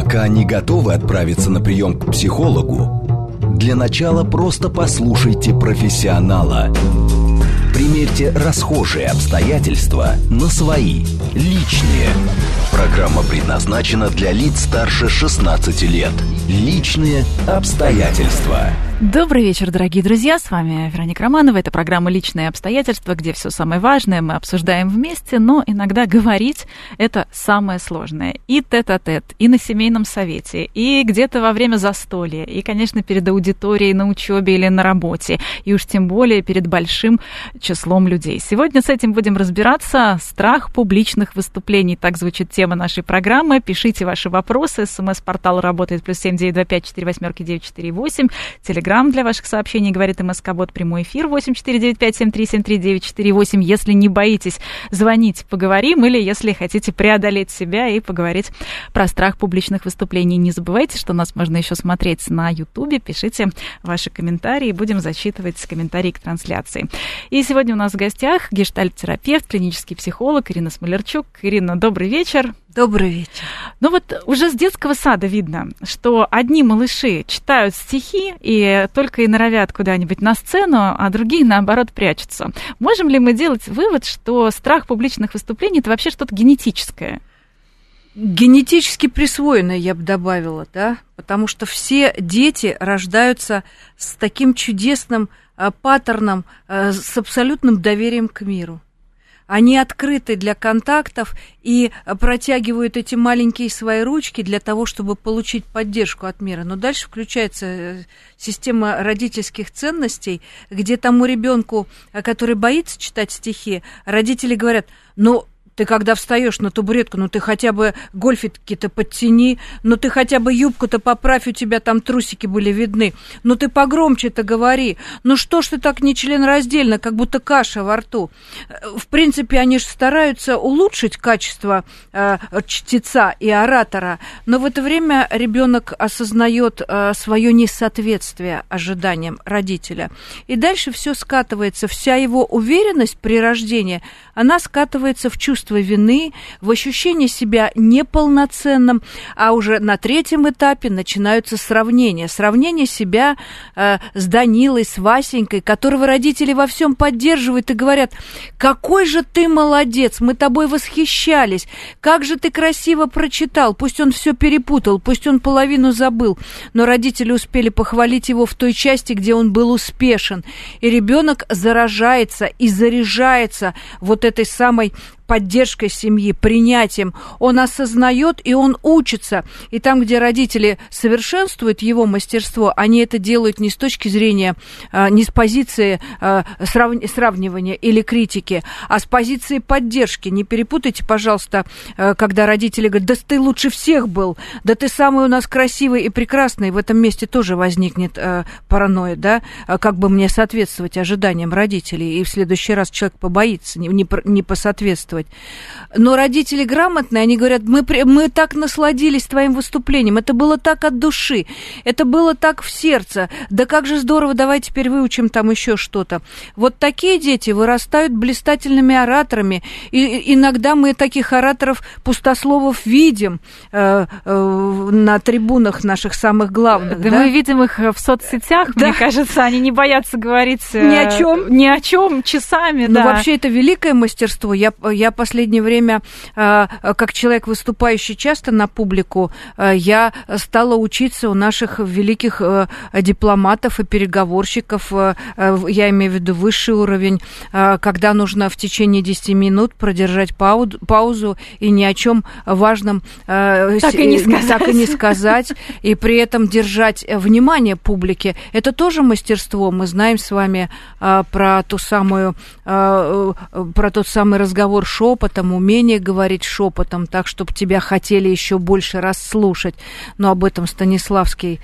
Пока не готовы отправиться на прием к психологу, для начала просто послушайте профессионала. Примерьте расхожие обстоятельства на свои, личные. Программа предназначена для лиц старше 16 лет. Личные обстоятельства. Добрый вечер, дорогие друзья, с вами Вероника Романова. Это программа «Личные обстоятельства», где все самое важное мы обсуждаем вместе, но иногда говорить – это самое сложное. И тет-а-тет, и на семейном совете, и где-то во время застолья, и, конечно, перед аудиторией на учебе или на работе, и уж тем более перед большим числом людей. Сегодня с этим будем разбираться. Страх публичных выступлений. Так звучит тема нашей программы. Пишите ваши вопросы. СМС-портал работает +7 925 48 948. Телеграм для ваших сообщений, говорит МСК-бот, прямой эфир 8495-7373-948. Если не боитесь звонить, поговорим, или если хотите преодолеть себя и поговорить про страх публичных выступлений. Не забывайте, что нас можно еще смотреть на Ютубе. Пишите ваши комментарии, будем зачитывать комментарии к трансляции. И сегодня у нас в гостях гештальт-терапевт, клинический психолог Ирина Смолярчук. Ирина, добрый вечер. Добрый вечер. Ну вот уже с детского сада видно, что одни малыши читают стихи и только и норовят куда-нибудь на сцену, а другие, наоборот, прячутся. Можем ли мы делать вывод, что страх публичных выступлений – это вообще что-то генетическое? Генетически присвоенное, я бы добавила, да, потому что все дети рождаются с таким чудесным паттерном, с абсолютным доверием к миру. Они открыты для контактов и протягивают эти маленькие свои ручки для того, чтобы получить поддержку от мира. Но дальше включается система родительских ценностей, где тому ребенку, который боится читать стихи, родители говорят: ну, ты когда встаешь на табуретку, ну ты хотя бы гольфики-то подтяни, ну ты хотя бы юбку-то поправь, у тебя там трусики были видны, ну ты погромче-то говори, ну что ж ты так нечленораздельно, как будто каша во рту. В принципе, они же стараются улучшить качество чтеца и оратора, но в это время ребенок осознает свое несоответствие ожиданиям родителя. И дальше все скатывается, вся его уверенность при рождении, она скатывается в чувство вины, в ощущение себя неполноценным, а уже на третьем этапе начинаются сравнения. Сравнение себя с Данилой, с Васенькой, которого родители во всем поддерживают и говорят: какой же ты молодец, мы тобой восхищались, как же ты красиво прочитал, пусть он все перепутал, пусть он половину забыл, но родители успели похвалить его в той части, где он был успешен. И ребенок заражается и заряжается вот этой самой поддержкой семьи, принятием. Он осознает и он учится. И там, где родители совершенствуют его мастерство, они это делают не с точки зрения, не с позиции сравнивания или критики, а с позиции поддержки. Не перепутайте, пожалуйста, когда родители говорят: да ты лучше всех был, да ты самый у нас красивый и прекрасный. В этом месте тоже возникнет паранойя, да, как бы мне соответствовать ожиданиям родителей, и в следующий раз человек побоится не посоответствовать. Но родители грамотные, они говорят: мы так насладились твоим выступлением, это было так от души, это было так в сердце, да как же здорово, давай теперь выучим там еще что-то. Вот такие дети вырастают блистательными ораторами, и иногда мы таких ораторов, пустословов, видим на трибунах наших самых главных. Да, мы видим их в соцсетях, да. Мне кажется, они не боятся говорить ни о чем часами. Но вообще это великое мастерство. Я в последнее время, как человек, выступающий часто на публику, я стала учиться у наших великих дипломатов и переговорщиков, я имею в виду высший уровень, когда нужно в течение 10 минут продержать паузу и ни о чем важном так и не сказать, и при этом держать внимание публики. Это тоже мастерство. Мы знаем с вами про тот самый разговор шепотом, умение говорить шепотом, так, чтобы тебя хотели еще больше раз слушать. Но об этом Станиславский,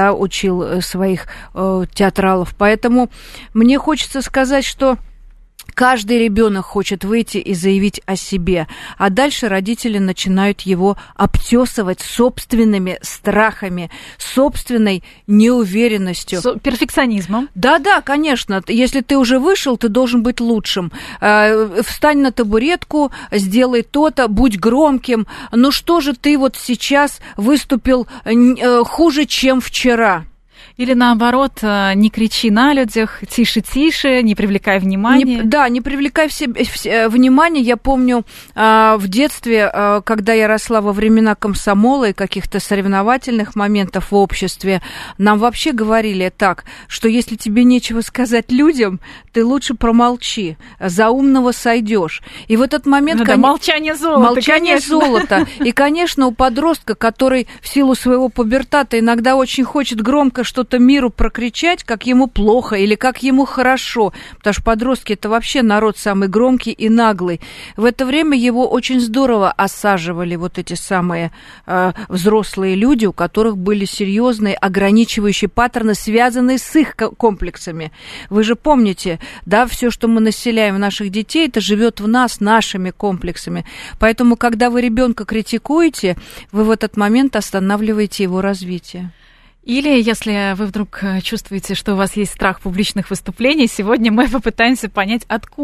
учил своих театралов. Поэтому мне хочется сказать, что Каждый ребенок хочет выйти и заявить о себе, а дальше родители начинают его обтесывать собственными страхами, собственной неуверенностью. Перфекционизмом. Да, конечно. Если ты уже вышел, ты должен быть лучшим. Встань на табуретку, сделай то-то, будь громким. Ну что же ты вот сейчас выступил хуже, чем вчера? Или наоборот, не кричи на людях, тише-тише, не привлекай внимания. Не привлекай внимания. Я помню в детстве, когда я росла во времена комсомола и каких-то соревновательных моментов в обществе, нам вообще говорили так, что если тебе нечего сказать людям, ты лучше промолчи, за умного сойдешь. И в этот момент... молчание золото. Молчание золото. И, конечно, у подростка, который в силу своего пубертата иногда очень хочет громко что-то миру прокричать, как ему плохо или как ему хорошо, потому что подростки – это вообще народ самый громкий и наглый. В это время его очень здорово осаживали вот эти самые взрослые люди, у которых были серьезные ограничивающие паттерны, связанные с их комплексами. Вы же помните, да, все, что мы населяем наших детей, это живет в нас, нашими комплексами. Поэтому, когда вы ребенка критикуете, вы в этот момент останавливаете его развитие. Или, если вы вдруг чувствуете, что у вас есть страх публичных выступлений, сегодня мы попытаемся понять,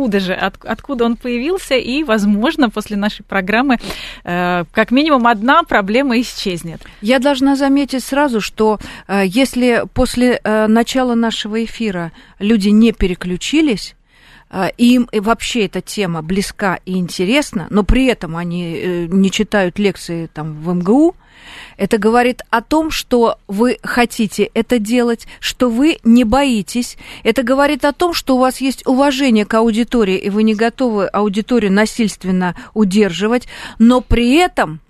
откуда он появился, и, возможно, после нашей программы как минимум одна проблема исчезнет. Я должна заметить сразу, что если после начала нашего эфира люди не переключились, им вообще эта тема близка и интересна, но при этом они не читают лекции там в МГУ, это говорит о том, что вы хотите это делать, что вы не боитесь. Это говорит о том, что у вас есть уважение к аудитории, и вы не готовы аудиторию насильственно удерживать, но при этом,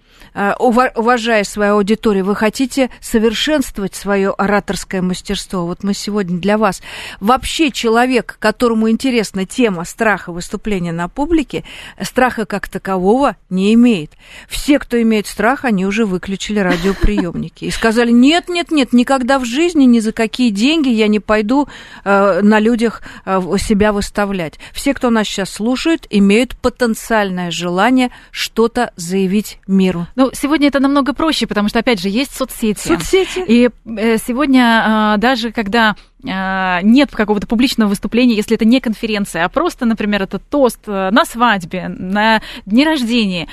уважая свою аудиторию, вы хотите совершенствовать свое ораторское мастерство. Вот мы сегодня для вас. Вообще человек, которому интересна тема страха выступления на публике, страха как такового не имеет. Все, кто имеет страх, они уже выключили радиоприемники и сказали: нет, никогда в жизни ни за какие деньги я не пойду на людях себя выставлять. Все, кто нас сейчас слушает, имеют потенциальное желание что-то заявить миру. Ну, сегодня это намного проще, потому что, опять же, есть соцсети. И сегодня даже когда нет какого-то публичного выступления, если это не конференция, а просто, например, это тост на свадьбе, на дне рождения,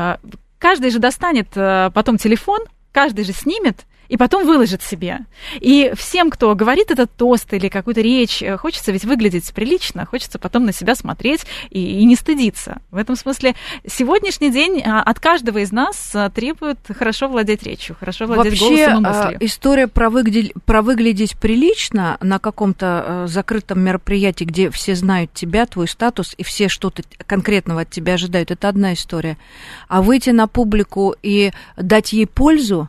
каждый же достанет потом телефон, каждый же снимет и потом выложит себе. И всем, кто говорит этот тост или какую-то речь, хочется ведь выглядеть прилично, хочется потом на себя смотреть и не стыдиться. В этом смысле сегодняшний день от каждого из нас требует хорошо владеть речью, хорошо владеть голосом и мыслью. Вообще история про выглядеть прилично на каком-то закрытом мероприятии, где все знают тебя, твой статус, и все что-то конкретного от тебя ожидают, это одна история. А выйти на публику и дать ей пользу,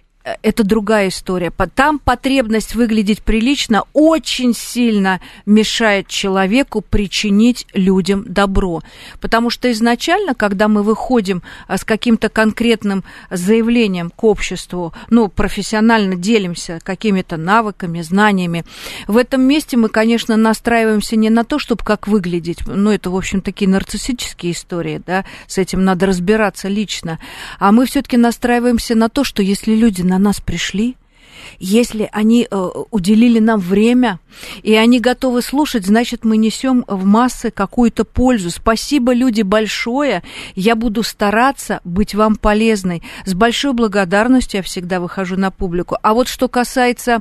это другая история. Там потребность выглядеть прилично очень сильно мешает человеку причинить людям добро. Потому что изначально, когда мы выходим с каким-то конкретным заявлением к обществу, профессионально делимся какими-то навыками, знаниями, в этом месте мы, конечно, настраиваемся не на то, чтобы как выглядеть. Это, в общем, такие нарциссические истории, да, с этим надо разбираться лично. А мы все-таки настраиваемся на то, что если люди на нас пришли, если они уделили нам время, и они готовы слушать, значит, мы несем в массы какую-то пользу. Спасибо, люди, большое. Я буду стараться быть вам полезной. С большой благодарностью я всегда выхожу на публику. А вот что касается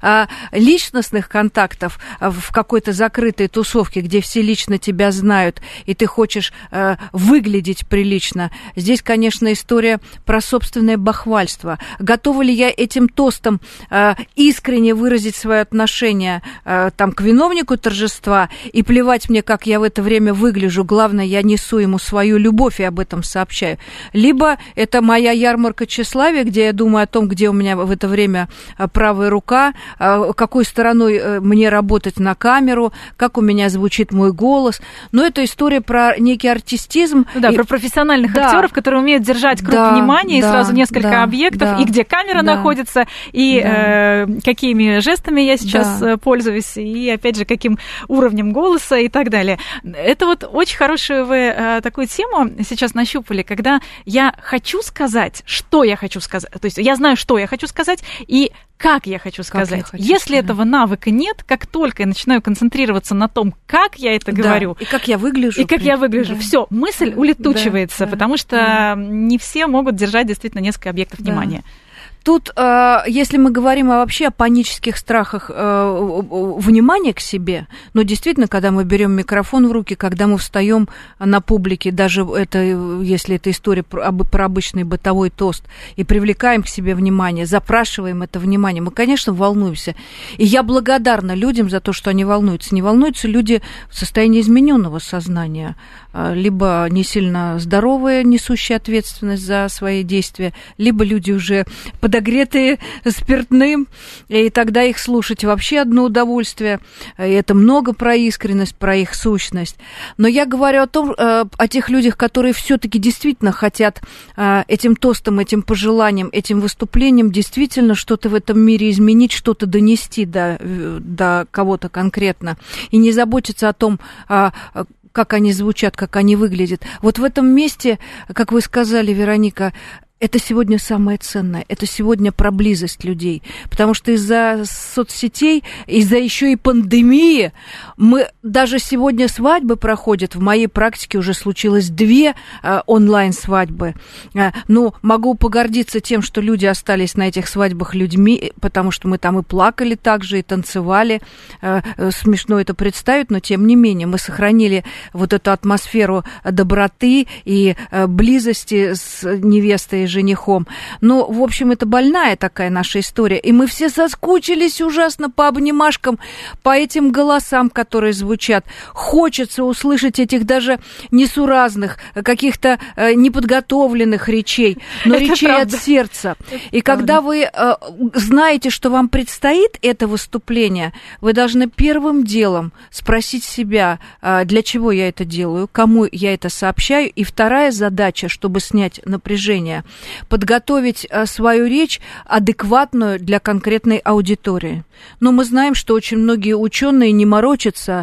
личностных контактов в какой-то закрытой тусовке, где все лично тебя знают, и ты хочешь выглядеть прилично, здесь, конечно, история про собственное бахвальство. Готова ли я этим тостом искренне выразить свое отношение к виновнику торжества и плевать мне, как я в это время выгляжу, главное, я несу ему свою любовь и об этом сообщаю. Либо это моя ярмарка тщеславия, где я думаю о том, где у меня в это время правая рука, какой стороной мне работать на камеру, как у меня звучит мой голос. Но это история про некий артистизм. Да, про профессиональных актеров, которые умеют держать круг внимания и сразу несколько объектов, и где камера находится, и какими жестами я сейчас пользуюсь, и, опять же, каким уровнем голоса и так далее. Это вот очень хорошую вы такую тему сейчас нащупали, когда я хочу сказать, что я хочу сказать, то есть я знаю, что я хочу сказать, и как я хочу сказать. Если этого навыка нет, как только я начинаю концентрироваться на том, как я это говорю, и как я выгляжу, все, мысль улетучивается, потому что не все могут держать действительно несколько объектов внимания. Тут, если мы говорим вообще о панических страхах внимания к себе, но действительно, когда мы берем микрофон в руки, когда мы встаем на публике, даже это, если это история про обычный бытовой тост, и привлекаем к себе внимание, запрашиваем это внимание, мы, конечно, волнуемся. И я благодарна людям за то, что они волнуются. Не волнуются люди в состоянии измененного сознания, либо не сильно здоровые, несущие ответственность за свои действия, либо люди уже подогретые спиртным, и тогда их слушать вообще одно удовольствие. И это много про искренность, про их сущность. Но я говорю о тех людях, которые все-таки действительно хотят этим тостом, этим пожеланием, этим выступлением действительно что-то в этом мире изменить, что-то донести до кого-то конкретно. И не заботиться о том, как они звучат, как они выглядят. Вот в этом месте, как вы сказали, Вероника, это сегодня самое ценное, это сегодня про близость людей, потому что из-за соцсетей, из-за еще и пандемии, мы даже сегодня свадьбы проходят, в моей практике уже случилось 2 онлайн-свадьбы, но могу погордиться тем, что люди остались на этих свадьбах людьми, потому что мы там и плакали также, и танцевали, смешно это представить, но тем не менее мы сохранили вот эту атмосферу доброты и близости с невестой и женихом. Но, в общем, это больная такая наша история. И мы все соскучились ужасно по обнимашкам, по этим голосам, которые звучат. Хочется услышать этих даже несуразных, каких-то неподготовленных речей, но это речей правда. От сердца. И когда вы знаете, что вам предстоит это выступление, вы должны первым делом спросить себя, для чего я это делаю, кому я это сообщаю. И вторая задача, чтобы снять напряжение, подготовить свою речь адекватную для конкретной аудитории. Но мы знаем, что очень многие ученые не морочатся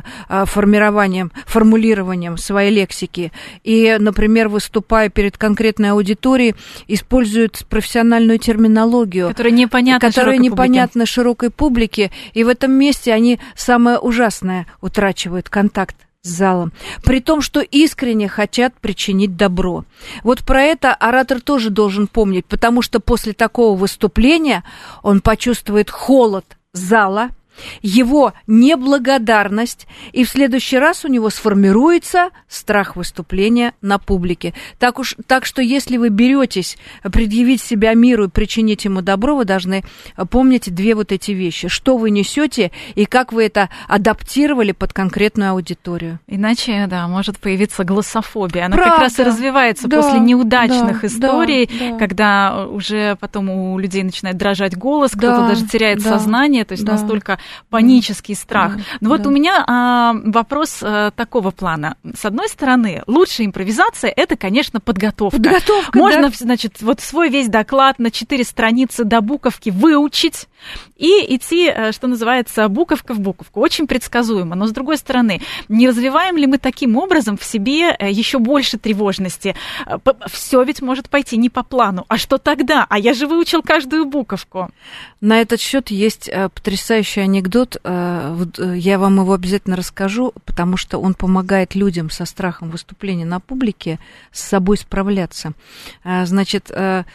формулированием своей лексики. И, например, выступая перед конкретной аудиторией, используют профессиональную терминологию, которая непонятна широкой публике. И в этом месте они самое ужасное утрачивают контакт с залом, при том, что искренне хотят причинить добро. Вот про это оратор тоже должен помнить, потому что после такого выступления он почувствует холод зала, его неблагодарность, и в следующий раз у него сформируется страх выступления на публике. Так что если вы беретесь предъявить себя миру и причинить ему добро, вы должны помнить 2 вот эти вещи. Что вы несете и как вы это адаптировали под конкретную аудиторию. Иначе, может появиться глоссофобия. Она как раз и развивается после неудачных историй, когда уже потом у людей начинает дрожать голос, кто-то даже теряет сознание, то есть настолько панический страх. Но вот у меня вопрос такого плана. С одной стороны, лучшая импровизация – это, конечно, подготовка. Можно, значит, вот свой весь доклад на 4 страницы до буковки выучить и идти, что называется, буковка в буковку. Очень предсказуемо. Но, с другой стороны, не развиваем ли мы таким образом в себе еще больше тревожности? Все ведь может пойти не по плану. А что тогда? А я же выучил каждую буковку. На этот счет есть потрясающий анекдот. Я вам его обязательно расскажу, потому что он помогает людям со страхом выступления на публике с собой справляться. Значит,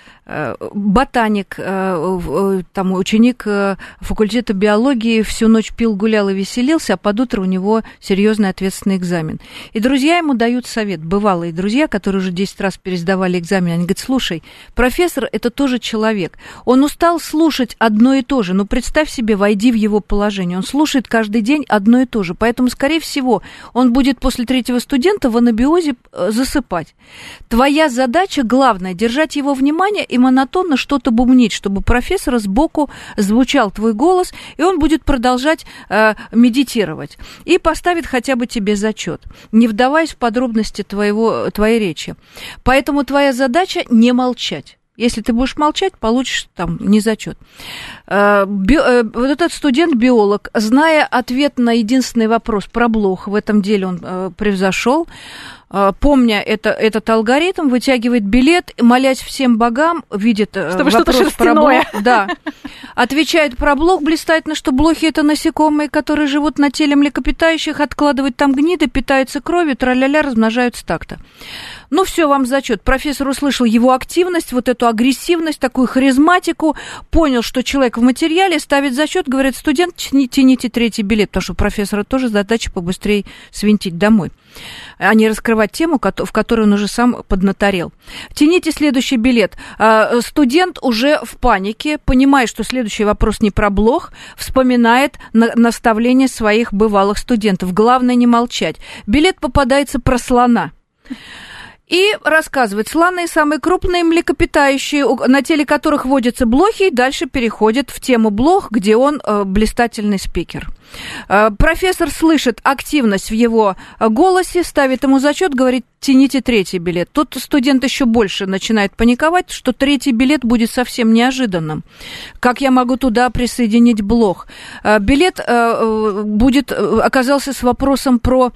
ботаник, там, ученик факультета биологии всю ночь пил, гулял и веселился, а под утро у него серьезный ответственный экзамен. И друзья ему дают совет, бывалые друзья, которые уже 10 раз пересдавали экзамен, они говорят: слушай, профессор – это тоже человек, он устал слушать одно и то же, но представь себе, войди в его положение, он слушает каждый день одно и то же, поэтому, скорее всего, он будет после 3-го студента в анабиозе засыпать. Твоя задача главная – держать его внимание и монотонно что-то бубнить, чтобы профессора сбоку звучал твой голос, и он будет продолжать медитировать. И поставит хотя бы тебе зачет, не вдаваясь в подробности твоей речи. Поэтому твоя задача не молчать. Если ты будешь молчать, получишь там незачет. Вот этот студент-биолог, зная ответ на единственный вопрос про блох, в этом деле он превзошел, помня этот алгоритм, вытягивает билет, молясь всем богам, видит вопрос про блох. Да. Отвечает про блох блистательно, что блохи – это насекомые, которые живут на теле млекопитающих, откладывают там гниды, питаются кровью, тра-ля-ля, размножаются так-то. Ну, все, вам зачет. Профессор услышал его активность, вот эту агрессивность, такую харизматику, понял, что человек в материале, ставит зачет, говорит: студент, тяните 3-й билет, потому что у профессора тоже задача побыстрее свинтить домой, а не раскрывать тему, в которой он уже сам поднаторел. Тяните следующий билет. Студент уже в панике, понимая, что следующий вопрос не про блох, вспоминает наставления своих бывалых студентов. Главное не молчать. Билет попадается про слона. И рассказывает: слоны самые крупные млекопитающие, на теле которых водятся блохи, и дальше переходит в тему блох, где он блистательный спикер. Профессор слышит активность в его голосе, ставит ему зачет, говорит: тяните 3-й билет. Тут студент еще больше начинает паниковать, что 3-й билет будет совсем неожиданным. Как я могу туда присоединить блох? Билет оказался с вопросом про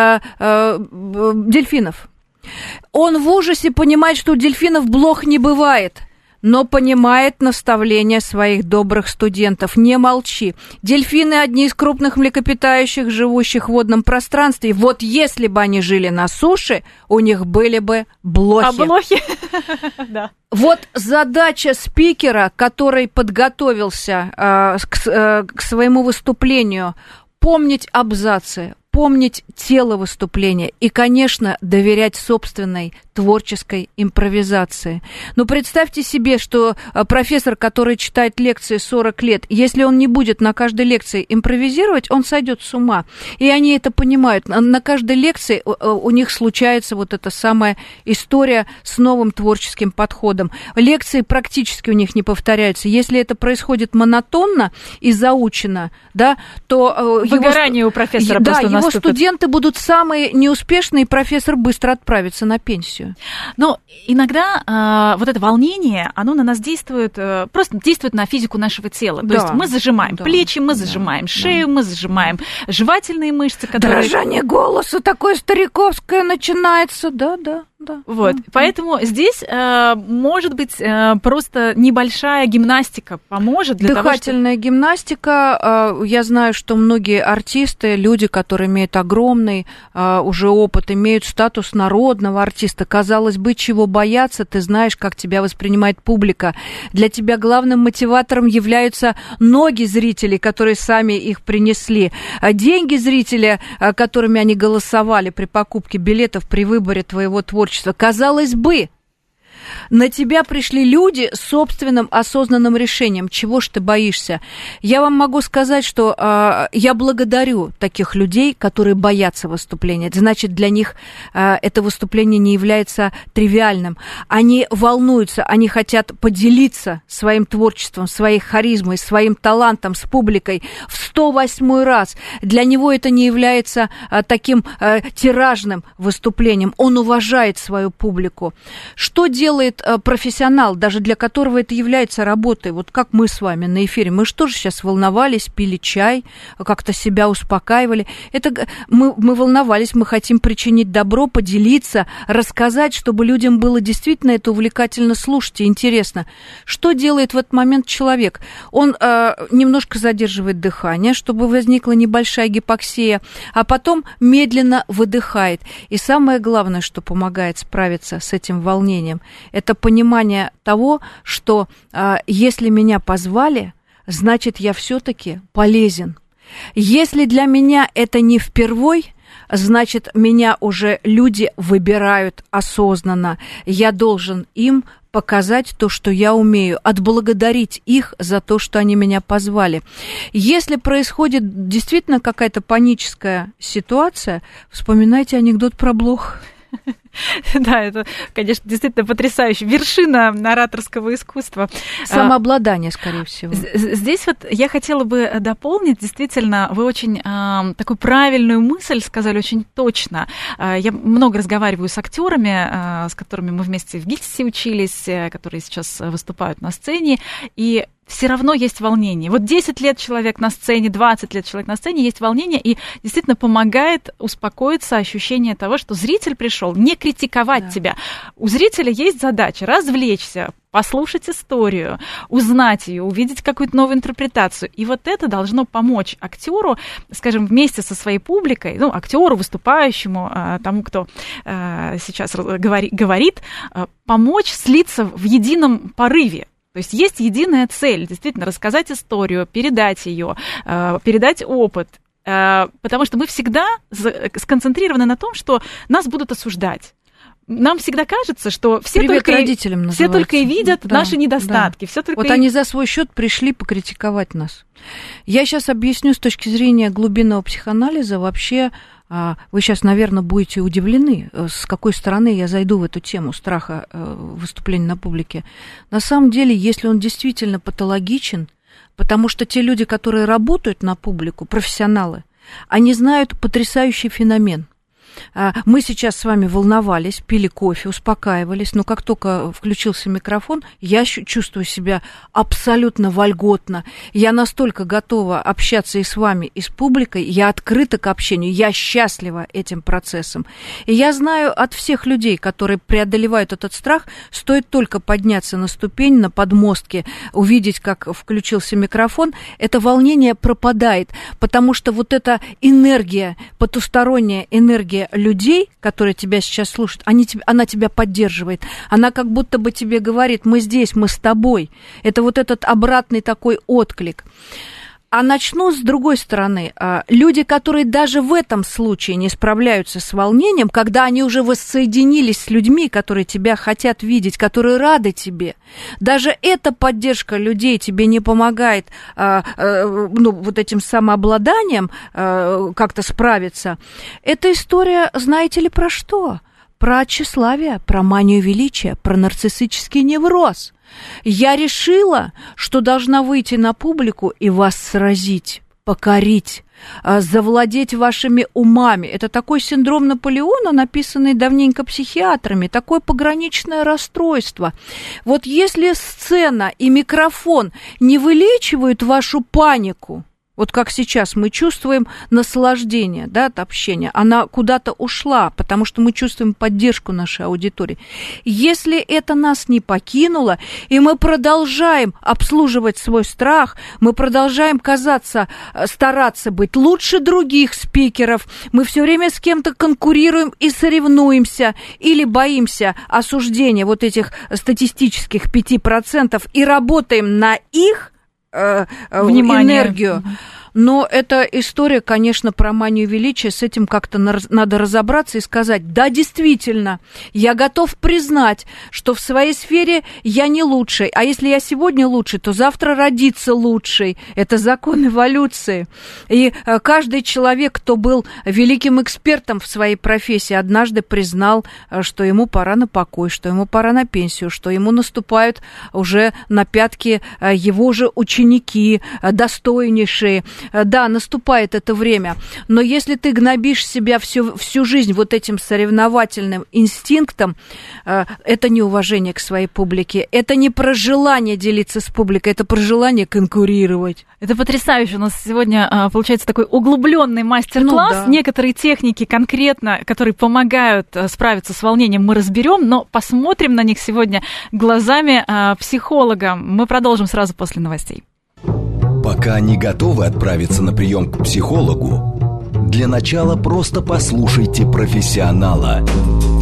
дельфинов. Он в ужасе понимает, что у дельфинов блох не бывает, но понимает наставления своих добрых студентов. Не молчи. Дельфины – одни из крупных млекопитающих, живущих в водном пространстве. Вот если бы они жили на суше, у них были бы блохи. А блохи? Да. Вот задача спикера, который подготовился к своему выступлению, помнить абзацы, помнить тело выступления и, конечно, доверять собственной творческой импровизации. Но представьте себе, что профессор, который читает лекции 40 лет, если он не будет на каждой лекции импровизировать, он сойдет с ума. И они это понимают. На каждой лекции у них случается вот эта самая история с новым творческим подходом. Лекции практически у них не повторяются. Если это происходит монотонно и заучено, да, то... Выгорание у профессора просто наступит. Его студенты будут самые неуспешные, и профессор быстро отправится на пенсию. Но иногда вот это волнение, оно на нас действует, просто действует на физику нашего тела. То есть мы зажимаем плечи, мы зажимаем шею, мы зажимаем жевательные мышцы, которые... Дрожание голоса такое стариковское начинается, да. Вот, поэтому здесь, может быть, просто небольшая гимнастика поможет для того, чтобы... Дыхательная гимнастика. Я знаю, что многие артисты, люди, которые имеют огромный уже опыт, имеют статус народного артиста. Казалось бы, чего бояться, ты знаешь, как тебя воспринимает публика. Для тебя главным мотиватором являются ноги зрителей, которые сами их принесли. Деньги зрителя, которыми они голосовали при покупке билетов, при выборе твоего творчества. Казалось бы, на тебя пришли люди с собственным осознанным решением. Чего ж ты боишься? Я вам могу сказать, что я благодарю таких людей, которые боятся выступления. Это значит, для них это выступление не является тривиальным. Они волнуются, они хотят поделиться своим творчеством, своей харизмой, своим талантом с публикой в 108-й раз. Для него это не является таким тиражным выступлением. Он уважает свою публику. Что делает профессионал, даже для которого это является работой? Вот как мы с вами на эфире. Мы что же сейчас волновались, пили чай, как-то себя успокаивали. Это мы волновались, мы хотим причинить добро, поделиться, рассказать, чтобы людям было действительно это увлекательно слушать и интересно. Что делает в этот момент человек? Он немножко задерживает дыхание, чтобы возникла небольшая гипоксия, а потом медленно выдыхает. И самое главное, что помогает справиться с этим волнением, это понимание того, что если меня позвали, значит, я все-таки полезен. Если для меня это не впервой, значит, меня уже люди выбирают осознанно. Я должен им показать то, что я умею, отблагодарить их за то, что они меня позвали. Если происходит действительно какая-то паническая ситуация, вспоминайте анекдот про блох. Да, это, конечно, действительно потрясающе. Вершина ораторского искусства. Самообладание, скорее всего. Здесь вот я хотела бы дополнить, действительно, вы очень такую правильную мысль сказали, очень точно. Я много разговариваю с актерами, с которыми мы вместе в ГИТИСе учились, которые сейчас выступают на сцене, и все равно есть волнение. Вот 10 лет человек на сцене, 20 лет человек на сцене, есть волнение, и действительно помогает успокоиться ощущение того, что зритель пришел не критиковать тебя. У зрителя есть задача развлечься, послушать историю, узнать ее, увидеть какую-то новую интерпретацию. И вот это должно помочь актеру, скажем, вместе со своей публикой, ну, актеру, выступающему, тому, кто сейчас говорит, помочь слиться в едином порыве. То есть есть единая цель, действительно, рассказать историю, передать ее, передать опыт, потому что мы всегда сконцентрированы на том, что нас будут осуждать. Нам всегда кажется, что все только и видят наши недостатки. Все только они за свой счет пришли покритиковать нас. Я сейчас объясню с точки зрения глубинного психоанализа вообще. Вы сейчас, наверное, будете удивлены, с какой стороны я зайду в эту тему страха выступления на публике. На самом деле, если он действительно патологичен, потому что те люди, которые работают на публику, профессионалы, они знают потрясающий феномен. Мы сейчас с вами волновались, пили кофе, успокаивались, но как только включился микрофон, я чувствую себя абсолютно вольготно. Я настолько готова общаться и с вами, и с публикой, я открыта к общению, я счастлива этим процессом. И я знаю от всех людей, которые преодолевают этот страх, стоит только подняться на ступень, на подмостке, увидеть, как включился микрофон, это волнение пропадает, потому что вот эта энергия, потусторонняя энергия людей, которые тебя сейчас слушают, она тебя поддерживает. Она как будто бы тебе говорит: мы здесь, мы с тобой. Это вот этот обратный такой отклик. А начну с другой стороны. Люди, которые даже в этом случае не справляются с волнением, когда они уже воссоединились с людьми, которые тебя хотят видеть, которые рады тебе, даже эта поддержка людей тебе не помогает вот этим самообладанием как-то справиться. Эта история, знаете ли, про что? Про тщеславие, про манию величия, про нарциссический невроз. Я решила, что должна выйти на публику и вас сразить, покорить, завладеть вашими умами. Это такой синдром Наполеона, написанный давненько психиатрами, такое пограничное расстройство. Вот если сцена и микрофон не вылечивают вашу панику, вот как сейчас мы чувствуем наслаждение, да, от общения, она куда-то ушла, потому что мы чувствуем поддержку нашей аудитории. Если это нас не покинуло, и мы продолжаем обслуживать свой страх, мы продолжаем стараться быть лучше других спикеров, мы все время с кем-то конкурируем и соревнуемся, или боимся осуждения вот этих статистических 5% и работаем на их энергию. Но эта история, конечно, про манию величия, с этим как-то надо разобраться и сказать: да, действительно, я готов признать, что в своей сфере я не лучший, а если я сегодня лучший, то завтра родиться лучший. Это закон эволюции. И каждый человек, кто был великим экспертом в своей профессии, однажды признал, что ему пора на покой, что ему пора на пенсию, что ему наступают уже на пятки его же ученики, достойнейшие. Да, наступает это время, но если ты гнобишь себя всю жизнь вот этим соревновательным инстинктом, это неуважение к своей публике, это не про желание делиться с публикой, это про желание конкурировать. Это потрясающе. У нас сегодня получается такой углубленный мастер-класс. Некоторые техники конкретно, которые помогают справиться с волнением, мы разберем, но посмотрим на них сегодня глазами психолога. Мы продолжим сразу после новостей. Пока не готовы отправиться на прием к психологу, для начала просто послушайте профессионала.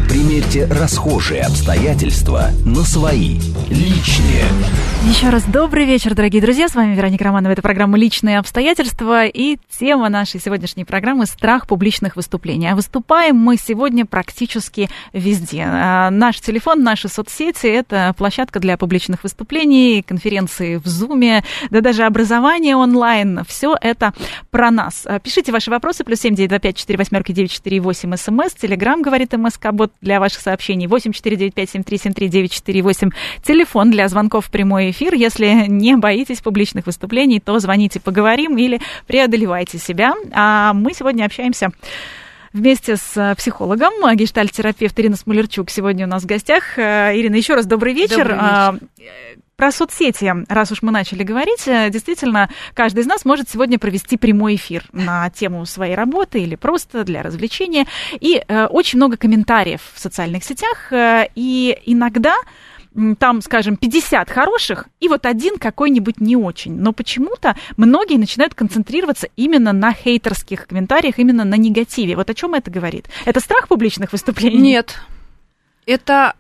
Примерьте расхожие обстоятельства на свои, личные. Еще раз добрый вечер, дорогие друзья. С вами Вероника Романова. Это программа «Личные обстоятельства». И тема нашей сегодняшней программы – страх публичных выступлений. А выступаем мы сегодня практически везде. Наш телефон, наши соцсети – это площадка для публичных выступлений, конференции в Zoom, да даже образование онлайн. Все это про нас. Пишите ваши вопросы. +7 925 48 948 СМС. Телеграм, говорит МСК-бот, для ваших сообщений 8495-7373-948. Телефон для звонков в прямой эфир. Если не боитесь публичных выступлений, то звоните, поговорим или преодолевайте себя. А мы сегодня общаемся вместе с психологом, гештальт-терапевт Ирина Смолерчук сегодня у нас в гостях. Ирина, еще раз добрый вечер. Добрый вечер. Про соцсети, раз уж мы начали говорить, действительно, каждый из нас может сегодня провести прямой эфир на тему своей работы или просто для развлечения. И очень много комментариев в социальных сетях, и иногда там, скажем, 50 хороших и вот один какой-нибудь не очень. Но почему-то многие начинают концентрироваться именно на хейтерских комментариях, именно на негативе. Вот о чем это говорит? Это страх публичных выступлений? Нет. Это...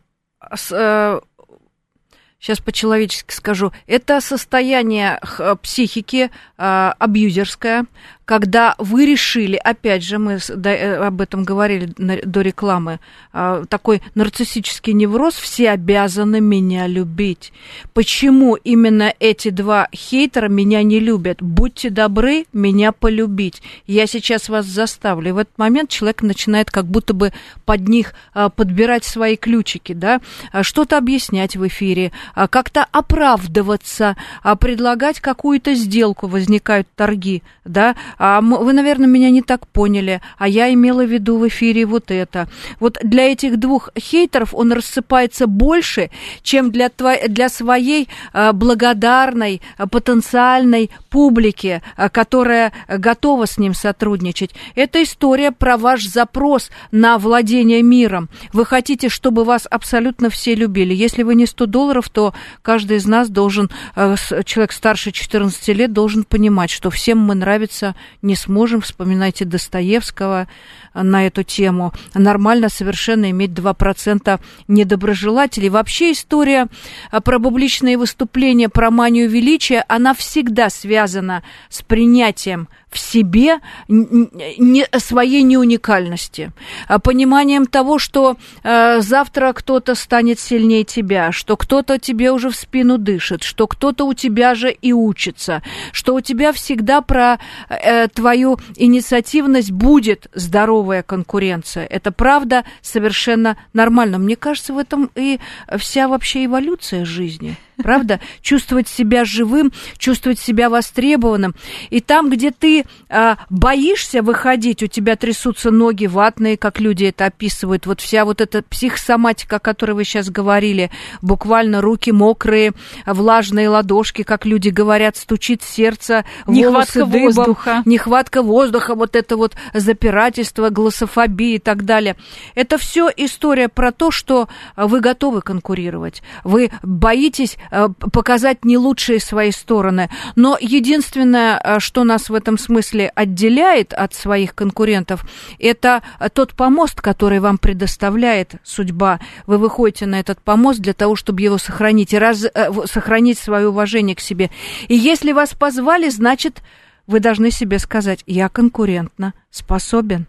Сейчас по-человечески скажу, это состояние психики абьюзерское, когда вы решили, опять же, мы об этом говорили до рекламы, такой нарциссический невроз, все обязаны меня любить. Почему именно эти два хейтера меня не любят? Будьте добры меня полюбить. Я сейчас вас заставлю. И в этот момент человек начинает как будто бы под них подбирать свои ключики, да, что-то объяснять в эфире, как-то оправдываться, предлагать какую-то сделку, возникают торги, да. Вы, наверное, меня не так поняли, а я имела в виду в эфире вот это. Вот для этих двух хейтеров он рассыпается больше, чем для своей благодарной потенциальной публики, которая готова с ним сотрудничать. Это история про ваш запрос на владение миром. Вы хотите, чтобы вас абсолютно все любили. Если вы не $100, то каждый из нас должен, человек старше 14 лет, должен понимать, что всем мы нравиться не сможем. Вспоминайте Достоевского на эту тему. Нормально совершенно иметь 2% недоброжелателей. Вообще история про публичные выступления, про манию величия, она всегда связана с принятием в себе своей неуникальности, пониманием того, что завтра кто-то станет сильнее тебя, что кто-то тебе уже в спину дышит, что кто-то у тебя же и учится, что у тебя всегда про твою инициативность будет здоровая конкуренция. Это правда совершенно нормально. Мне кажется, в этом и вся вообще эволюция жизни. Правда? Чувствовать себя живым, чувствовать себя востребованным. И там, где ты боишься выходить, у тебя трясутся ноги ватные, как люди это описывают. Вот вся вот эта психосоматика, о которой вы сейчас говорили, буквально руки мокрые, влажные ладошки, как люди говорят, стучит сердце, волосы дыбом, воздуха. Нехватка воздуха, вот это вот запирательство, глоссофобия и так далее. Это все история про то, что вы готовы конкурировать. Вы боитесь показать не лучшие свои стороны. Но единственное, что нас в этом смысле отделяет от своих конкурентов, это тот помост, который вам предоставляет судьба. Вы выходите на этот помост для того, чтобы его сохранить, и сохранить свое уважение к себе. И если вас позвали, значит, вы должны себе сказать: я конкурентно способен.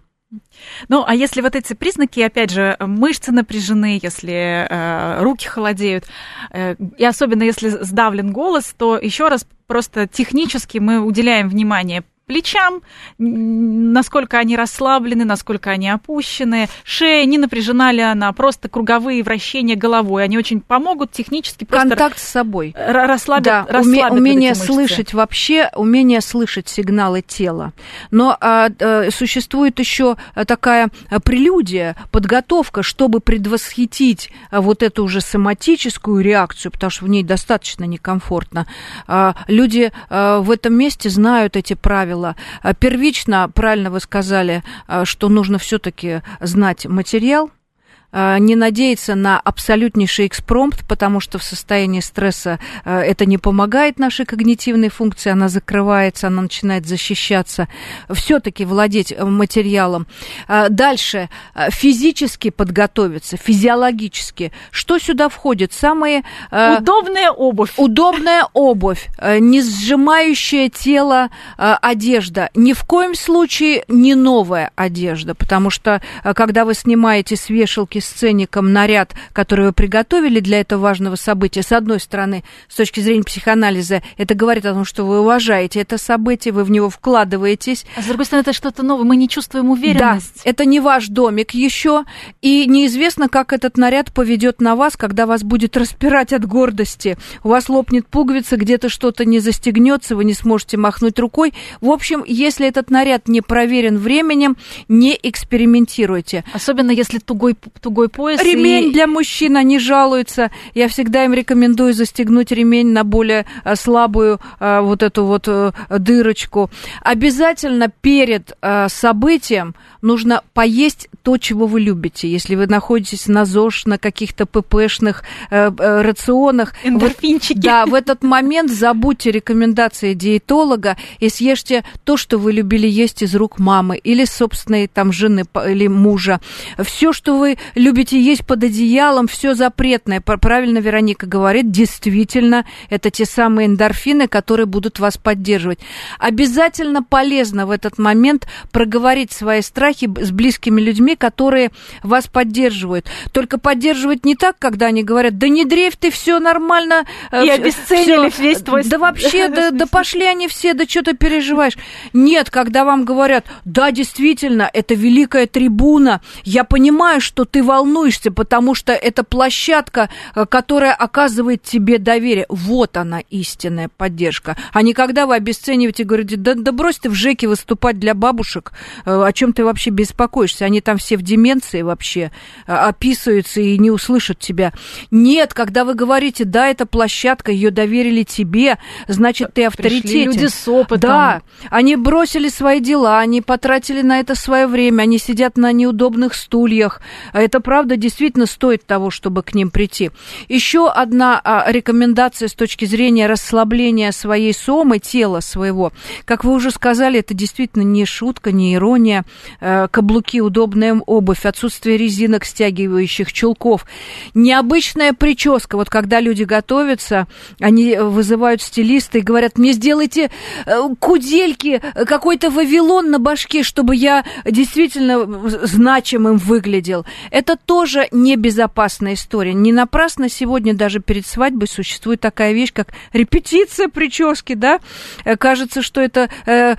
Ну, а если вот эти признаки, опять же, мышцы напряжены, если руки холодеют, и особенно если сдавлен голос, то еще раз просто технически мы уделяем внимание плечам, насколько они расслаблены, насколько они опущены, шея, не напряжена ли она, просто круговые вращения головой, они очень помогут технически просто... Контакт с собой. Расслабят умение слышать вообще, умение слышать сигналы тела. Но существует еще такая прелюдия, подготовка, чтобы предвосхитить вот эту уже соматическую реакцию, потому что в ней достаточно некомфортно. Люди в этом месте знают эти правила. Первично, правильно вы сказали, что нужно все-таки знать материал, не надеяться на абсолютнейший экспромт, потому что в состоянии стресса это не помогает нашей когнитивной функции, она закрывается, она начинает защищаться. Все-таки владеть материалом. Дальше. Физически подготовиться, физиологически. Что сюда входит? Самые... Удобная обувь. Удобная обувь, не сжимающая тело одежда. Ни в коем случае не новая одежда, потому что, когда вы снимаете с вешалки с ценником наряд, который вы приготовили для этого важного события, с одной стороны, с точки зрения психоанализа, это говорит о том, что вы уважаете это событие, вы в него вкладываетесь. А с другой стороны, это что-то новое, мы не чувствуем уверенность. Да, это не ваш домик еще, и неизвестно, как этот наряд поведет на вас, когда вас будет распирать от гордости. У вас лопнет пуговица, где-то что-то не застегнется, вы не сможете махнуть рукой. В общем, если этот наряд не проверен временем, не экспериментируйте. Особенно если тугой пояс. Ремень для мужчин, они жалуются. Я всегда им рекомендую застегнуть ремень на более слабую вот эту вот дырочку. Обязательно перед событием нужно поесть то, чего вы любите. Если вы находитесь на ЗОЖ, на каких-то ППшных рационах. Эндорфинчики. Да, в этот момент забудьте рекомендации диетолога и съешьте то, что вы любили есть из рук мамы или собственной там жены или мужа. Все, что вы любите есть под одеялом, все запретное. Правильно Вероника говорит, действительно, это те самые эндорфины, которые будут вас поддерживать. Обязательно полезно в этот момент проговорить свои страхи с близкими людьми, которые вас поддерживают. Только поддерживать не так, когда они говорят, да не дрейфь ты, все нормально. И обесценили весь твой... Да вообще, да пошли они все, да что ты переживаешь. Нет, когда вам говорят, да, действительно, это великая трибуна, я понимаю, что ты волнуешься, потому что это площадка, которая оказывает тебе доверие. Вот она, истинная поддержка. А не когда вы обесцениваете и говорите, да брось ты в ЖЭКе выступать для бабушек, о чем ты вообще беспокоишься? Они там все в деменции вообще описываются и не услышат тебя. Нет, когда вы говорите, да, это площадка, ее доверили тебе, значит, ты авторитетен. Пришли люди с опытом. Да, они бросили свои дела, они потратили на это свое время, они сидят на неудобных стульях. Это, правда, действительно стоит того, чтобы к ним прийти. Еще одна рекомендация с точки зрения расслабления своей сомы, тела своего. Как вы уже сказали, это действительно не шутка, не ирония. Каблуки, удобная обувь, отсутствие резинок, стягивающих чулков. Необычная прическа. Вот когда люди готовятся, они вызывают стилиста и говорят, мне сделайте кудельки, какой-то вавилон на башке, чтобы я действительно значимым выглядел. Это тоже небезопасная история. Не напрасно сегодня даже перед свадьбой существует такая вещь, как репетиция прически, да? Кажется, что это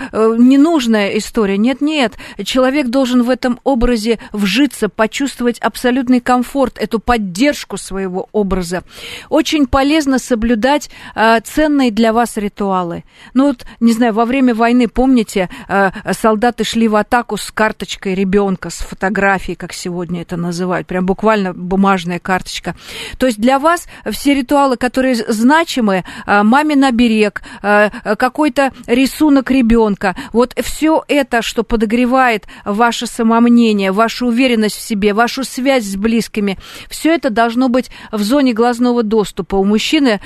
ненужная история. Нет. Человек должен в этом образе вжиться, почувствовать абсолютный комфорт, эту поддержку своего образа. Очень полезно соблюдать ценные для вас ритуалы. Ну вот, не знаю, во время войны, помните, солдаты шли в атаку с карточкой ребенка, с фотографией, как сегодня это называют, прям буквально бумажная карточка. То есть для вас все ритуалы, которые значимы, мамин оберег, какой-то рисунок ребенка, вот все это, что подогревает ваше самомнение, вашу уверенность в себе, вашу связь с близкими, все это должно быть в зоне глазного доступа. У мужчины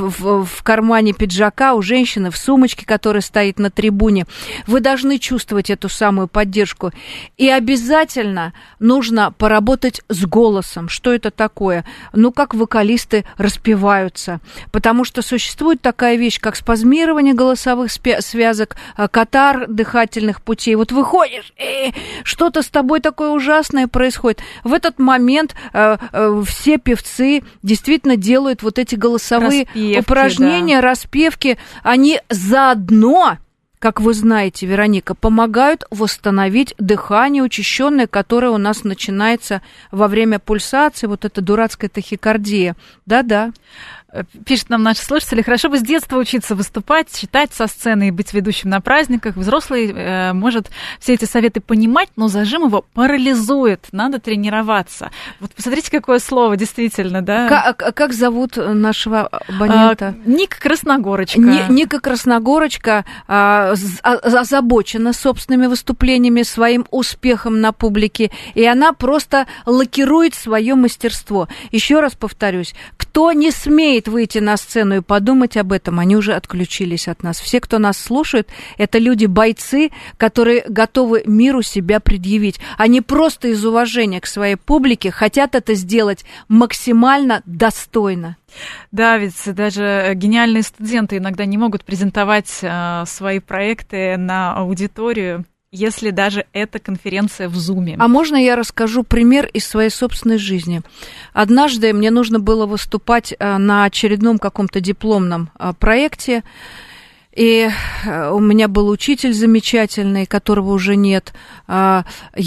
в кармане пиджака, у женщины в сумочке, которая стоит на трибуне. Вы должны чувствовать эту самую поддержку. И обязательно нужно поработать с голосом. Что это такое? Ну, как вокалисты распеваются. Потому что существует такая вещь, как спазмирование голосовых связок, катар дыхательных путей. Вот выходишь, что-то с тобой такое ужасное происходит. В этот момент все певцы действительно делают вот эти голосовые упражнения, да, распевки. Они заодно, как вы знаете, Вероника, помогают восстановить дыхание учащенное, которое у нас начинается во время пульсации, вот эта дурацкая тахикардия. Да-да. Пишут нам наши слушатели, хорошо бы с детства учиться выступать, читать со сцены и быть ведущим на праздниках. Взрослый может все эти советы понимать, но зажим его парализует. Надо тренироваться. Вот посмотрите, какое слово, действительно, да? Как зовут нашего абонента? Ника Красногорочка. Ника Красногорочка озабочена собственными выступлениями, своим успехом на публике, и она просто лакирует свое мастерство. Еще раз повторюсь, кто не смеет выйти на сцену и подумать об этом, они уже отключились от нас. Все, кто нас слушает, это люди-бойцы, которые готовы миру себя предъявить. Они просто из уважения к своей публике хотят это сделать максимально достойно. Да, ведь даже гениальные студенты иногда не могут презентовать свои проекты на аудиторию, если даже это конференция в Зуме. А можно я расскажу пример из своей собственной жизни? Однажды мне нужно было выступать на очередном каком-то дипломном проекте, и у меня был учитель замечательный, которого уже нет. Он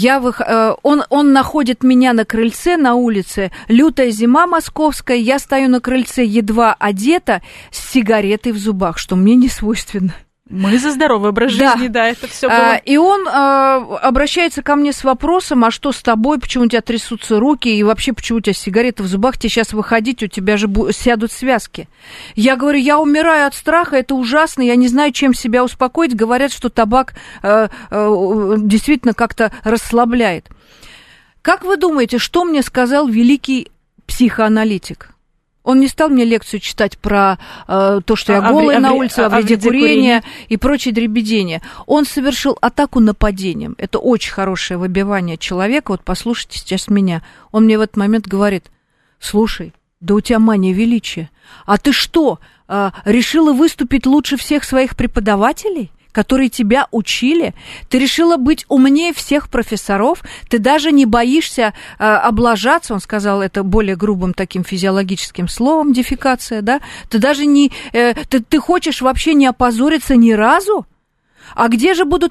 находит меня на крыльце, на улице. Лютая зима московская, я стою на крыльце, едва одета, с сигаретой в зубах, что мне не свойственно. Мы за здоровый образ жизни, да, это все было. И он обращается ко мне с вопросом, а что с тобой, почему у тебя трясутся руки, и вообще, почему у тебя сигарета в зубах, тебе сейчас выходить, у тебя же сядут связки. Я говорю, я умираю от страха, это ужасно, я не знаю, чем себя успокоить. Говорят, что табак действительно как-то расслабляет. Как вы думаете, что мне сказал великий психоаналитик? Он не стал мне лекцию читать про то, что я голая на улице, о вреде курения и прочее дребедение. Он совершил атаку нападением. Это очень хорошее выбивание человека. Вот послушайте сейчас меня. Он мне в этот момент говорит, слушай, да у тебя мания величия. А ты что, решила выступить лучше всех своих преподавателей, которые тебя учили? Ты решила быть умнее всех профессоров? Ты даже не боишься облажаться? Он сказал это более грубым таким физиологическим словом, дефекация, да? Ты даже не... Ты хочешь вообще не опозориться ни разу? А где же будут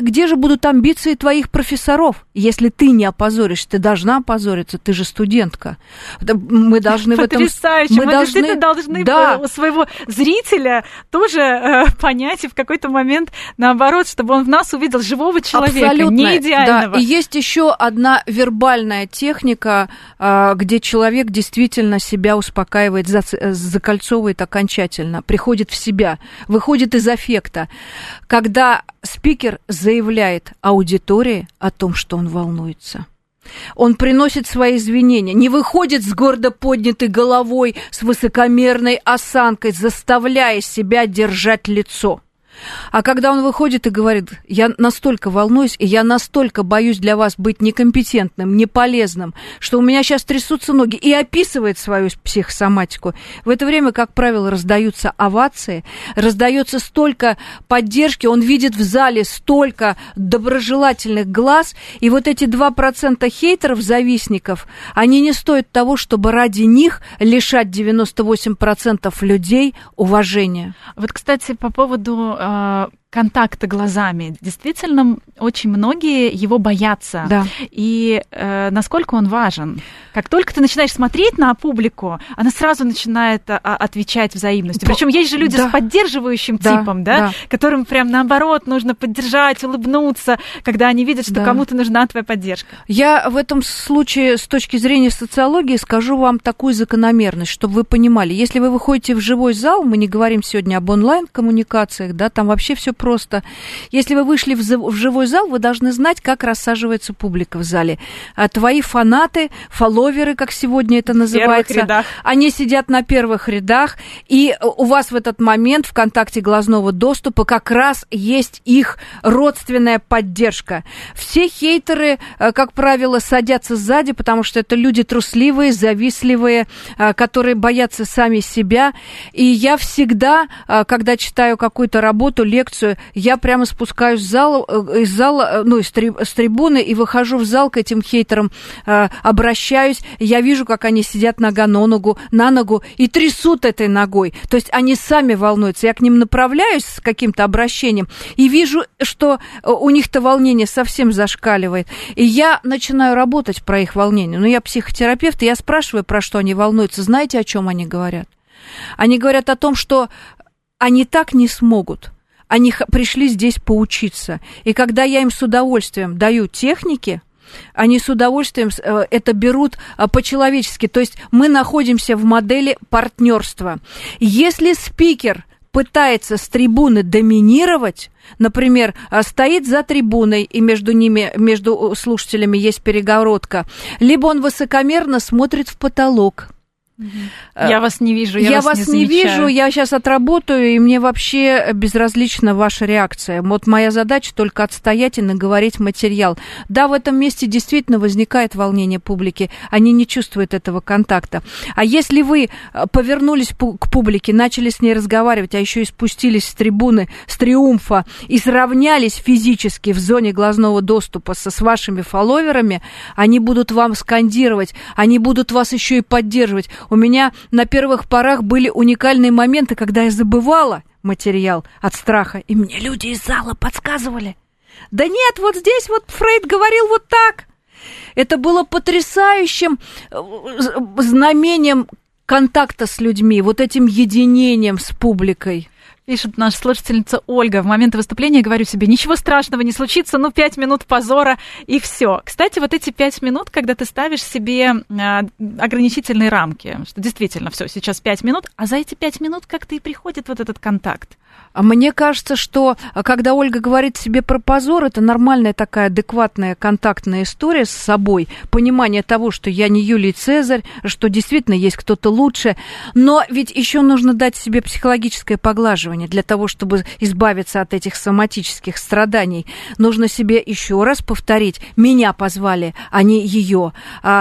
амбиции твоих профессоров? Если ты не опозоришься, ты должна опозориться, ты же студентка. Мы должны потрясающе. в этом... Мы действительно должны у своего зрителя тоже понять и в какой-то момент, наоборот, чтобы он в нас увидел живого человека, абсолютно, не идеального. Да. И есть еще одна вербальная техника, где человек действительно себя успокаивает, закольцовывает окончательно, приходит в себя, выходит из аффекта. Когда спикер заявляет аудитории о том, что он волнуется. Он приносит свои извинения, не выходит с гордо поднятой головой, с высокомерной осанкой, заставляя себя держать лицо. А когда он выходит и говорит, я настолько волнуюсь, и я настолько боюсь для вас быть некомпетентным, неполезным, что у меня сейчас трясутся ноги, и описывает свою психосоматику, в это время, как правило, раздаются овации, раздается столько поддержки, он видит в зале столько доброжелательных глаз, и вот эти 2% хейтеров, завистников, они не стоят того, чтобы ради них лишать 98% людей уважения. Вот, кстати, по поводу контакта глазами. Действительно, очень многие его боятся. Да. И насколько он важен? Как только ты начинаешь смотреть на публику, она сразу начинает отвечать взаимностью. Причем есть же люди с поддерживающим типом, да, которым прям наоборот нужно поддержать, улыбнуться, когда они видят, что кому-то нужна твоя поддержка. Я в этом случае с точки зрения социологии скажу вам такую закономерность, чтобы вы понимали. Если вы выходите в живой зал, мы не говорим сегодня об онлайн-коммуникациях, да, там вообще все просто. Если вы вышли в живой зал, вы должны знать, как рассаживается публика в зале. Твои фанаты, фолловеры, как сегодня это называется, они сидят на первых рядах, и у вас в этот момент в контакте глазного доступа как раз есть их родственная поддержка. Все хейтеры, как правило, садятся сзади, потому что это люди трусливые, завистливые, которые боятся сами себя. И я всегда, когда читаю какую-то работу, лекцию, я прямо спускаюсь из зала, с трибуны и выхожу в зал к этим хейтерам, обращаюсь, я вижу, как они сидят нога на ногу и трясут этой ногой. То есть они сами волнуются. Я к ним направляюсь с каким-то обращением и вижу, что у них-то волнение совсем зашкаливает. И я начинаю работать про их волнение. Но я психотерапевт, и я спрашиваю, про что они волнуются. Знаете, о чем они говорят? Они говорят о том, что они так не смогут. Они пришли здесь поучиться. И когда я им с удовольствием даю техники, они с удовольствием это берут по-человечески. То есть мы находимся в модели партнерства. Если спикер пытается с трибуны доминировать, например, стоит за трибуной, и между ними, между слушателями есть перегородка, либо он высокомерно смотрит в потолок. Я вас не вижу, я вас не вижу, я сейчас отработаю, и мне вообще безразлична ваша реакция. Вот моя задача только отстоять и наговорить материал. Да, в этом месте действительно возникает волнение публики, они не чувствуют этого контакта. А если вы повернулись к публике, начали с ней разговаривать, а еще и спустились с трибуны, с триумфа, и сравнялись физически в зоне глазного доступа с вашими фолловерами, они будут вам скандировать, они будут вас еще и поддерживать. У меня на первых порах были уникальные моменты, когда я забывала материал от страха, и мне люди из зала подсказывали. Да нет, вот здесь вот Фрейд говорил вот так. Это было потрясающим знамением контакта с людьми, вот этим единением с публикой. Пишет наша слушательница Ольга. В момент выступления говорю себе, ничего страшного не случится, 5 минут позора и все. Кстати, вот эти 5 минут, когда ты ставишь себе ограничительные рамки, что действительно все, сейчас 5 минут, а за эти 5 минут как-то и приходит вот этот контакт. Мне кажется, что когда Ольга говорит себе про позор, это нормальная такая адекватная контактная история с собой, понимание того, что я не Юлий Цезарь, что действительно есть кто-то лучше, но ведь еще нужно дать себе психологическое поглаживание для того, чтобы избавиться от этих соматических страданий. Нужно себе еще раз повторить, меня позвали, а не ее,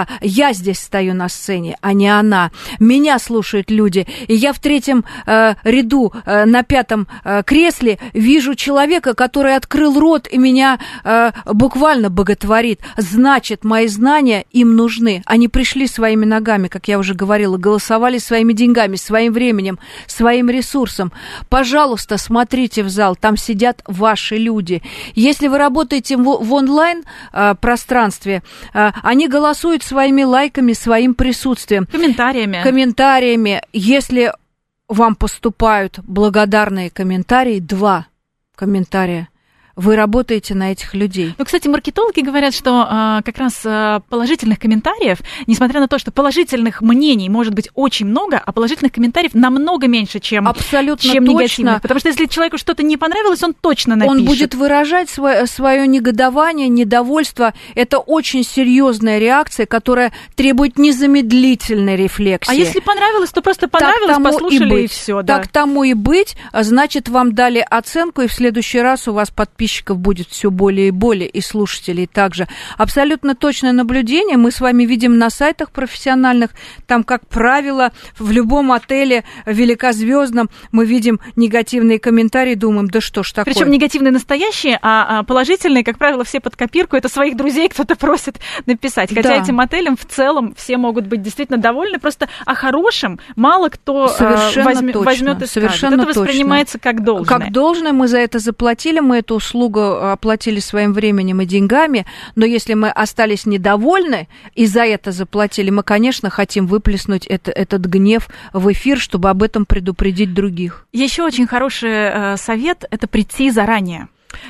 я здесь стою на сцене, а не она, меня слушают люди, и я в третьем ряду на пятом кресле вижу человека, который открыл рот и меня буквально боготворит. Значит, мои знания им нужны. Они пришли своими ногами, как я уже говорила, голосовали своими деньгами, своим временем, своим ресурсом. Пожалуйста, смотрите в зал, там сидят ваши люди. Если вы работаете в онлайн-пространстве, они голосуют своими лайками, своим присутствием. Комментариями. Если вам поступают благодарные комментарии, 2 комментария, вы работаете на этих людей. Ну, кстати, маркетологи говорят, что как раз положительных комментариев, несмотря на то, что положительных мнений может быть очень много, а положительных комментариев намного меньше, чем негативных. Потому что если человеку что-то не понравилось, он точно напишет. Он будет выражать свое негодование, недовольство. Это очень серьезная реакция, которая требует незамедлительной рефлексии. А если понравилось, то просто понравилось, послушали и все. Так тому и быть. Значит, вам дали оценку, и в следующий раз у вас подписчиков будет все более и более, и слушателей также. Абсолютно точное наблюдение мы с вами видим на сайтах профессиональных. Там, как правило, в любом отеле великозвездном мы видим негативные комментарии, думаем, да что ж такое. Причем негативные настоящие, а положительные, как правило, все под копирку. Это своих друзей кто-то просит написать. Хотя этим отелем в целом все могут быть действительно довольны. Просто о хорошем мало кто возьмет и скажет. Это воспринимается как должное. Как должное, мы за это заплатили, мы эту услугу оплатили своим временем и деньгами, но если мы остались недовольны и за это заплатили, мы, конечно, хотим выплеснуть этот гнев в эфир, чтобы об этом предупредить других. Еще очень хороший совет – это прийти заранее.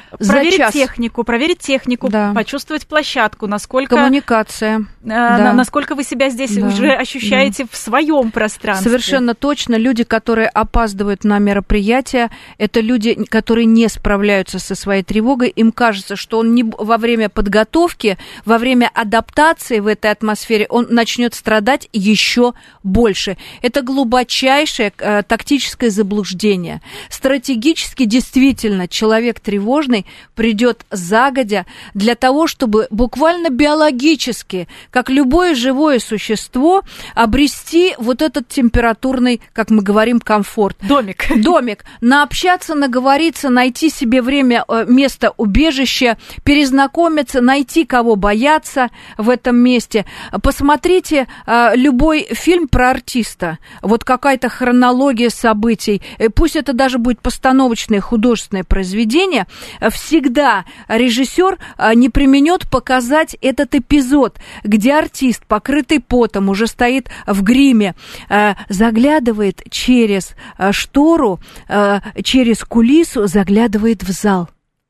Проверить технику, да. Почувствовать площадку, насколько... Коммуникация. Насколько вы себя здесь уже ощущаете в своем пространстве. Совершенно точно. Люди, которые опаздывают на мероприятия, это люди, которые не справляются со своей тревогой. Им кажется, что он во время подготовки, во время адаптации в этой атмосфере, он начнет страдать еще больше. Это глубочайшее тактическое заблуждение. Стратегически, действительно, человек тревожный придет загодя для того, чтобы буквально биологически, как любое живое существо, обрести вот этот температурный, как мы говорим, комфорт. Домик. Наобщаться, наговориться, найти себе время, место убежища, перезнакомиться, найти кого бояться в этом месте. Посмотрите любой фильм про артиста. Вот какая-то хронология событий. Пусть это даже будет постановочное художественное произведение. всегда режиссер не преминет показать этот эпизод, где артист, покрытый потом, уже стоит в гриме, заглядывает через штору, через кулису, заглядывает в зал.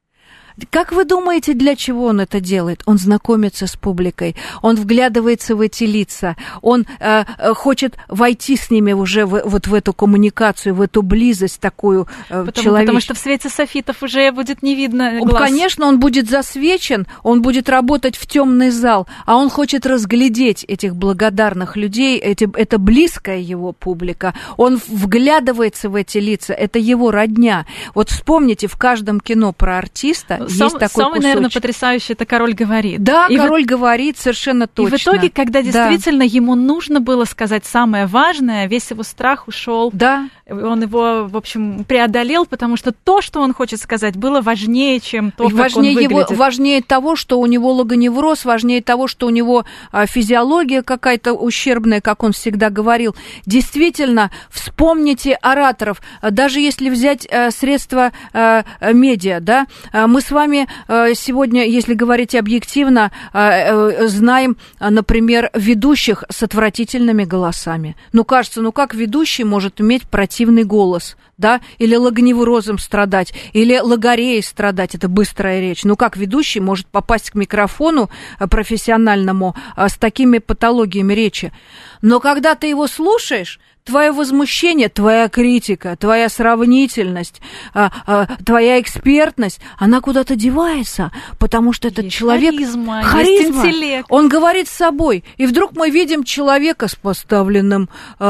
Как вы думаете, для чего он это делает? Он знакомится с публикой, он вглядывается в эти лица, он хочет войти с ними уже в эту коммуникацию, в эту близость такую человеческую. Потому что в свете софитов уже будет не видно глаз. Конечно, он будет засвечен, он будет работать в темный зал, а он хочет разглядеть этих благодарных людей, это близкая его публика, он вглядывается в эти лица, это его родня. Вот вспомните, в каждом кино про артиста есть такой самый, кусочек. наверное, потрясающий — это «Король говорит». Да, «Король говорит», совершенно точно. И в итоге, когда действительно ему нужно было сказать самое важное, весь его страх ушел. Да. Он его, в общем, преодолел, потому что то, что он хочет сказать, было важнее, чем то, как он выглядит. Важнее того, что у него логоневроз, важнее того, что у него физиология какая-то ущербная, как он всегда говорил. Действительно, вспомните ораторов. Даже если взять средства медиа, да, мы с вами сегодня, если говорить объективно, знаем, например, ведущих с отвратительными голосами. Кажется, как ведущий может иметь противный голос, да, или логоневрозом страдать, или логореей страдать, это быстрая речь. Как ведущий может попасть к микрофону профессиональному с такими патологиями речи? Но когда ты его слушаешь, твое возмущение, твоя критика, твоя сравнительность, твоя экспертность, она куда-то девается, потому что этот человек... Харизма, интеллект. Он говорит с собой. И вдруг мы видим человека с поставленным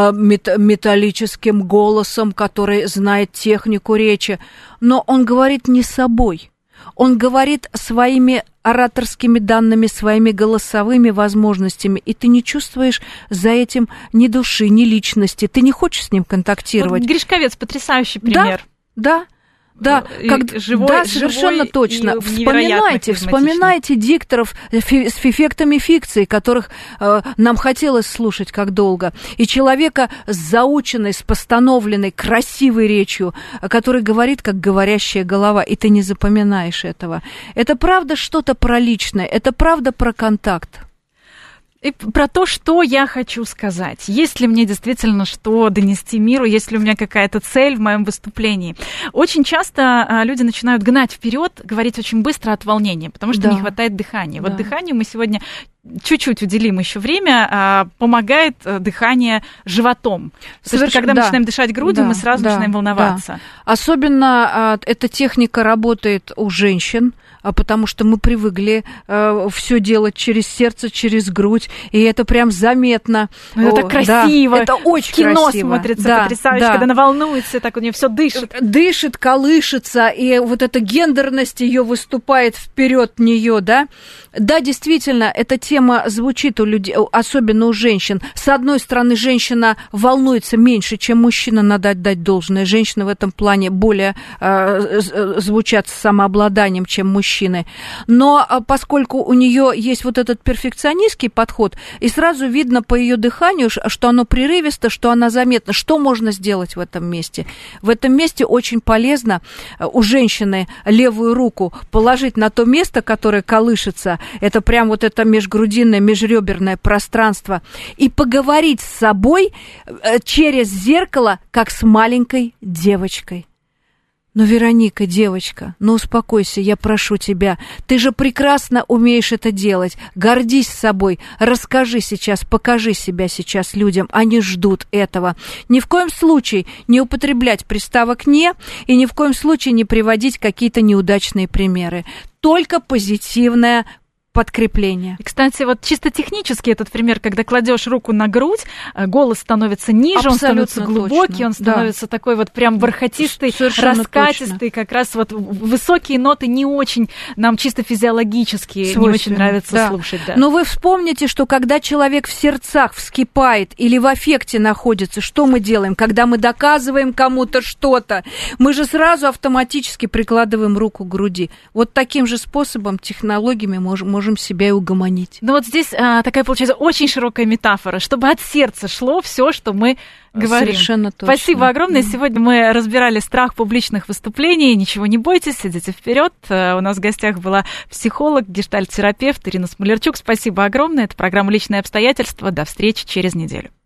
металлическим голосом, который знает технику речи, но он говорит не собой. Он говорит своими ораторскими данными, своими голосовыми возможностями, и ты не чувствуешь за этим ни души, ни личности, ты не хочешь с ним контактировать. Гришковец — потрясный пример. Да, совершенно точно. Вспоминайте дикторов с эффектами фикции, которых нам хотелось слушать как долго, и человека с заученной, с постановленной, красивой речью, который говорит, как говорящая голова, и ты не запоминаешь этого. Это правда что-то про личное, это правда про контакт. И про то, что я хочу сказать. Есть ли мне действительно что донести миру, есть ли у меня какая-то цель в моем выступлении. Очень часто люди начинают гнать вперед, говорить очень быстро от волнения, потому что не хватает дыхания. Вот дыханию мы сегодня чуть-чуть уделим еще время, помогает дыхание животом. Потому что когда мы начинаем дышать грудью, мы сразу начинаем волноваться. Да. Особенно эта техника работает у женщин, потому что мы привыкли все делать через сердце, через грудь, и это прям заметно. Это красиво. Да, это очень кино красиво. Смотрится потрясающе, когда она волнуется, так у нее все дышит. Дышит, колышется, и вот эта гендерность ее выступает вперед нее, да. Да, действительно, эта тема звучит у людей, особенно у женщин. С одной стороны, женщина волнуется меньше, чем мужчина, надо отдать должное. Женщины в этом плане более звучат с самообладанием, чем мужчины. Но поскольку у нее есть вот этот перфекционистский подход, и сразу видно по ее дыханию, что оно прерывисто, что она заметна. Что можно сделать в этом месте? В этом месте очень полезно у женщины левую руку положить на то место, которое колышется. Это прям вот это межгрудинное, межреберное пространство. И поговорить с собой через зеркало, как с маленькой девочкой. Вероника, девочка, успокойся, я прошу тебя. Ты же прекрасно умеешь это делать. Гордись собой. Расскажи сейчас, покажи себя сейчас людям. Они ждут этого. Ни в коем случае не употреблять приставок «не» и ни в коем случае не приводить какие-то неудачные примеры. Только позитивное подкрепление. И, кстати, вот чисто технически этот пример, когда кладешь руку на грудь, голос становится ниже, абсолютно он становится глубокий, точно. Он становится такой вот прям бархатистый, совершенно раскатистый, точно. Как раз вот высокие ноты не очень нам чисто физиологически не очень нравится слушать. Да. Но вы вспомните, что когда человек в сердцах вскипает или в аффекте находится, что мы делаем? Когда мы доказываем кому-то что-то, мы же сразу автоматически прикладываем руку к груди. Вот таким же способом, технологиями можем можем себя и угомонить. Ну вот здесь такая, получается, очень широкая метафора, чтобы от сердца шло все, что мы говорим. Совершенно точно. Спасибо огромное. Сегодня мы разбирали страх публичных выступлений. Ничего не бойтесь, идите вперед. У нас в гостях была психолог, гештальт-терапевт Ирина Смолерчук. Спасибо огромное. Это программа «Личные обстоятельства». До встречи через неделю.